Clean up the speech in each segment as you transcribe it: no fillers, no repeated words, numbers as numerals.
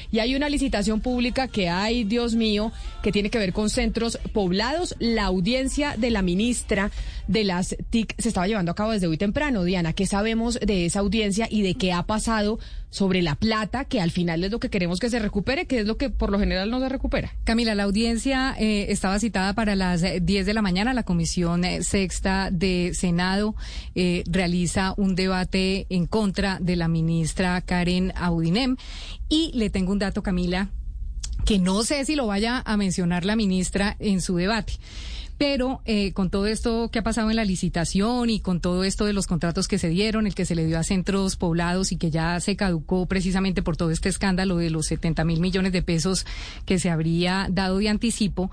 Y hay una licitación pública que hay, Dios mío, que tiene que ver con centros poblados. La audiencia de la ministra de las TIC se estaba llevando a cabo desde hoy temprano. Diana, ¿qué sabemos de esa audiencia y de qué ha pasado sobre la plata, que al final es lo que queremos que se recupere, que es lo que por lo general no se recupera? Camila, la audiencia estaba citada para las 10 de la mañana. La Comisión Sexta de Senado realiza un debate en contra de la ministra Karen Audinem. Y le tengo un dato, Camila, que no sé si lo vaya a mencionar la ministra en su debate. Pero con todo esto que ha pasado en la licitación y con todo esto de los contratos que se dieron, el que se le dio a centros poblados y que ya se caducó precisamente por todo este escándalo de los 70.000 millones de pesos que se habría dado de anticipo,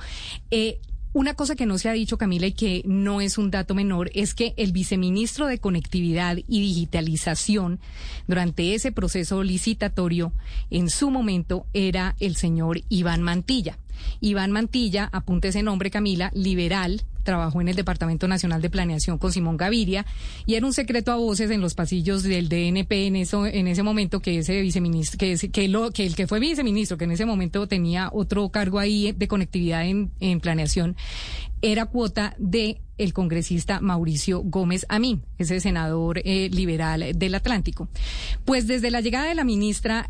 una cosa que no se ha dicho, Camila, y que no es un dato menor, es que el viceministro de Conectividad y Digitalización, durante ese proceso licitatorio, en su momento era el señor Iván Mantilla. Iván Mantilla, apunte ese nombre, Camila, liberal, trabajó en el Departamento Nacional de Planeación con Simón Gaviria y era un secreto a voces en los pasillos del DNP en ese momento que ese viceministro, que el que fue viceministro, que en ese momento tenía otro cargo ahí de conectividad en planeación, era cuota de el congresista Mauricio Gómez Amín, ese senador liberal del Atlántico. Pues desde la llegada de la ministra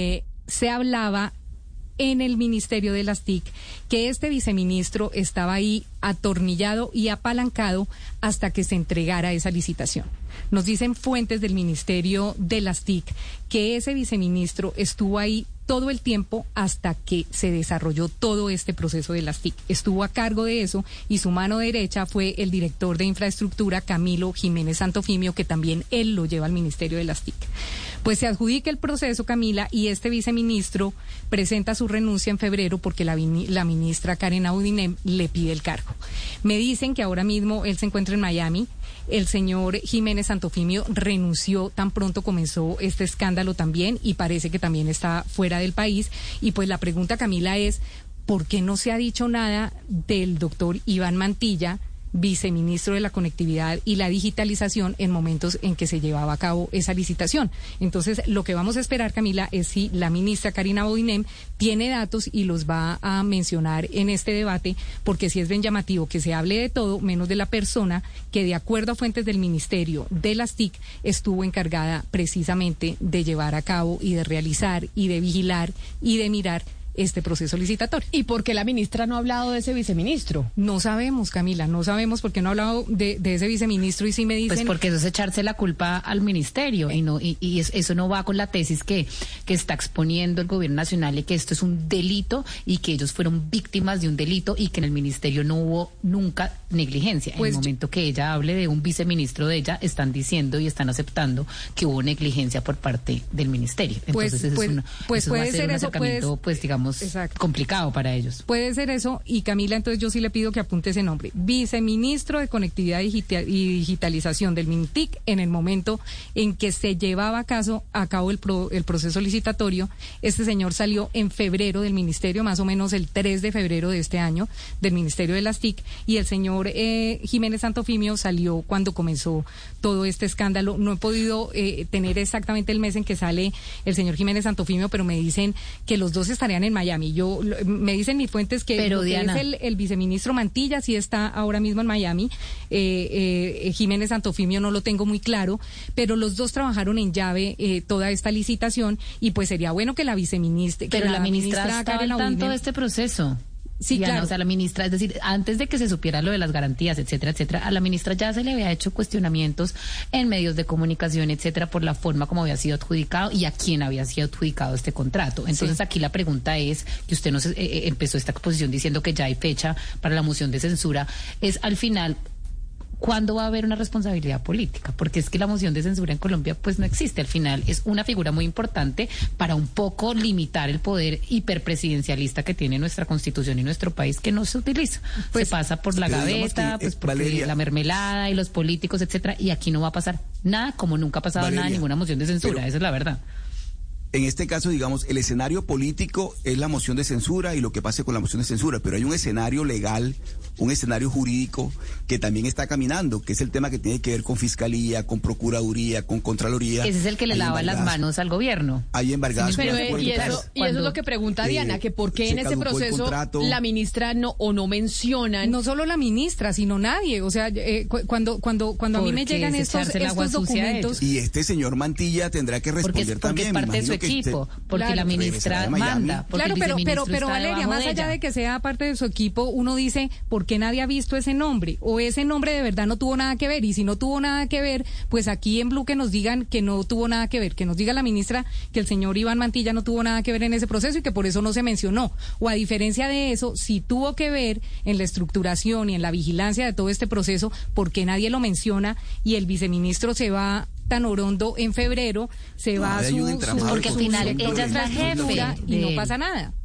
se hablaba en el Ministerio de las TIC que este viceministro estaba ahí atornillado y apalancado hasta que se entregara esa licitación. Nos dicen fuentes del Ministerio de las TIC que ese viceministro estuvo ahí todo el tiempo hasta que se desarrolló todo este proceso de las TIC. Estuvo a cargo de eso y su mano derecha fue el director de infraestructura, Camilo Jiménez Santofimio, que también él lo lleva al Ministerio de las TIC. Pues se adjudica el proceso, Camila, y este viceministro presenta su renuncia en febrero porque la ministra Karen Audinem le pide el cargo. Me dicen que ahora mismo él se encuentra en Miami. El señor Jiménez Santofimio renunció tan pronto comenzó este escándalo también y parece que también está fuera del país. Y pues la pregunta, Camila, es ¿por qué no se ha dicho nada del doctor Iván Mantilla, viceministro de la Conectividad y la Digitalización, en momentos en que se llevaba a cabo esa licitación? Entonces, lo que vamos a esperar, Camila, es si la ministra Karina Audinem tiene datos y los va a mencionar en este debate, porque sí es bien llamativo que se hable de todo, menos de la persona que, de acuerdo a fuentes del Ministerio de las TIC, estuvo encargada precisamente de llevar a cabo y de realizar y de vigilar y de mirar este proceso licitatorio. ¿Y por qué la ministra no ha hablado de ese viceministro? No sabemos, Camila, no sabemos por qué no ha hablado de ese viceministro y sí me dicen... Pues porque eso es echarse la culpa al ministerio eso no va con la tesis que está exponiendo el gobierno nacional y que esto es un delito y que ellos fueron víctimas de un delito y que en el ministerio no hubo nunca negligencia. Pues en el momento que ella hable de un viceministro de ella, están diciendo y están aceptando que hubo negligencia por parte del ministerio. Entonces eso puede ser un acercamiento, pues digamos, exacto, complicado para ellos. Puede ser eso, y Camila, entonces yo sí le pido que apunte ese nombre: viceministro de Conectividad y Digitalización del MINTIC, en el momento en que se llevaba a cabo el proceso licitatorio. Este señor salió en febrero del ministerio, más o menos el 3 de febrero de este año, del Ministerio de las TIC, y el señor Jiménez Santofimio salió cuando comenzó todo este escándalo. No he podido tener exactamente el mes en que sale el señor Jiménez Santofimio, pero me dicen que los dos estarían en Miami. Me dicen mis fuentes que, Diana, es el viceministro Mantilla, sí está ahora mismo en Miami. Jiménez Santofimio no lo tengo muy claro, pero los dos trabajaron en llave toda esta licitación, y pues sería bueno que la viceministra... Pero la ministra está al tanto de este proceso. Sí, Diana, claro. O sea, la ministra, es decir, antes de que se supiera lo de las garantías, etcétera, etcétera, a la ministra ya se le había hecho cuestionamientos en medios de comunicación, etcétera, por la forma como había sido adjudicado y a quién había sido adjudicado este contrato. Entonces, sí, aquí la pregunta es, que usted nos empezó esta exposición diciendo que ya hay fecha para la moción de censura, es al final... ¿Cuándo va a haber una responsabilidad política? Porque es que la moción de censura en Colombia pues no existe. Al final es una figura muy importante para un poco limitar el poder hiperpresidencialista que tiene nuestra Constitución y nuestro país, que no se utiliza. Pues se pasa por la gaveta, pues porque Valeria, la mermelada y los políticos, etcétera, y aquí no va a pasar nada, como nunca ha pasado Valeria, nada, ninguna moción de censura, esa es la verdad. En este caso, digamos, el escenario político es la moción de censura y lo que pase con la moción de censura, pero hay un escenario legal, un escenario jurídico que también está caminando, que es el tema que tiene que ver con Fiscalía, con Procuraduría, con Contraloría. Ese es el que le lava las manos al gobierno. Hay embargadas. Pero y eso es lo que pregunta Diana, que por qué en ese proceso la ministra no mencionan. No solo la ministra, sino nadie. O sea, cuando a mí me llegan estos documentos. Y este señor Mantilla tendrá que responder también. Porque es parte de su equipo, porque claro, la ministra manda. Claro, pero Valeria, más allá de que sea parte de su equipo, uno dice, ¿por qué nadie ha visto ese nombre? O ese nombre de verdad no tuvo nada que ver. Y si no tuvo nada que ver, pues aquí en Blue que nos digan que no tuvo nada que ver, que nos diga la ministra que el señor Iván Mantilla no tuvo nada que ver en ese proceso y que por eso no se mencionó. O a diferencia de eso, si tuvo que ver en la estructuración y en la vigilancia de todo este proceso, ¿por qué nadie lo menciona? Y el viceministro se va tan orondo en febrero, se va a su porque al final ella es la jefe y no pasa nada.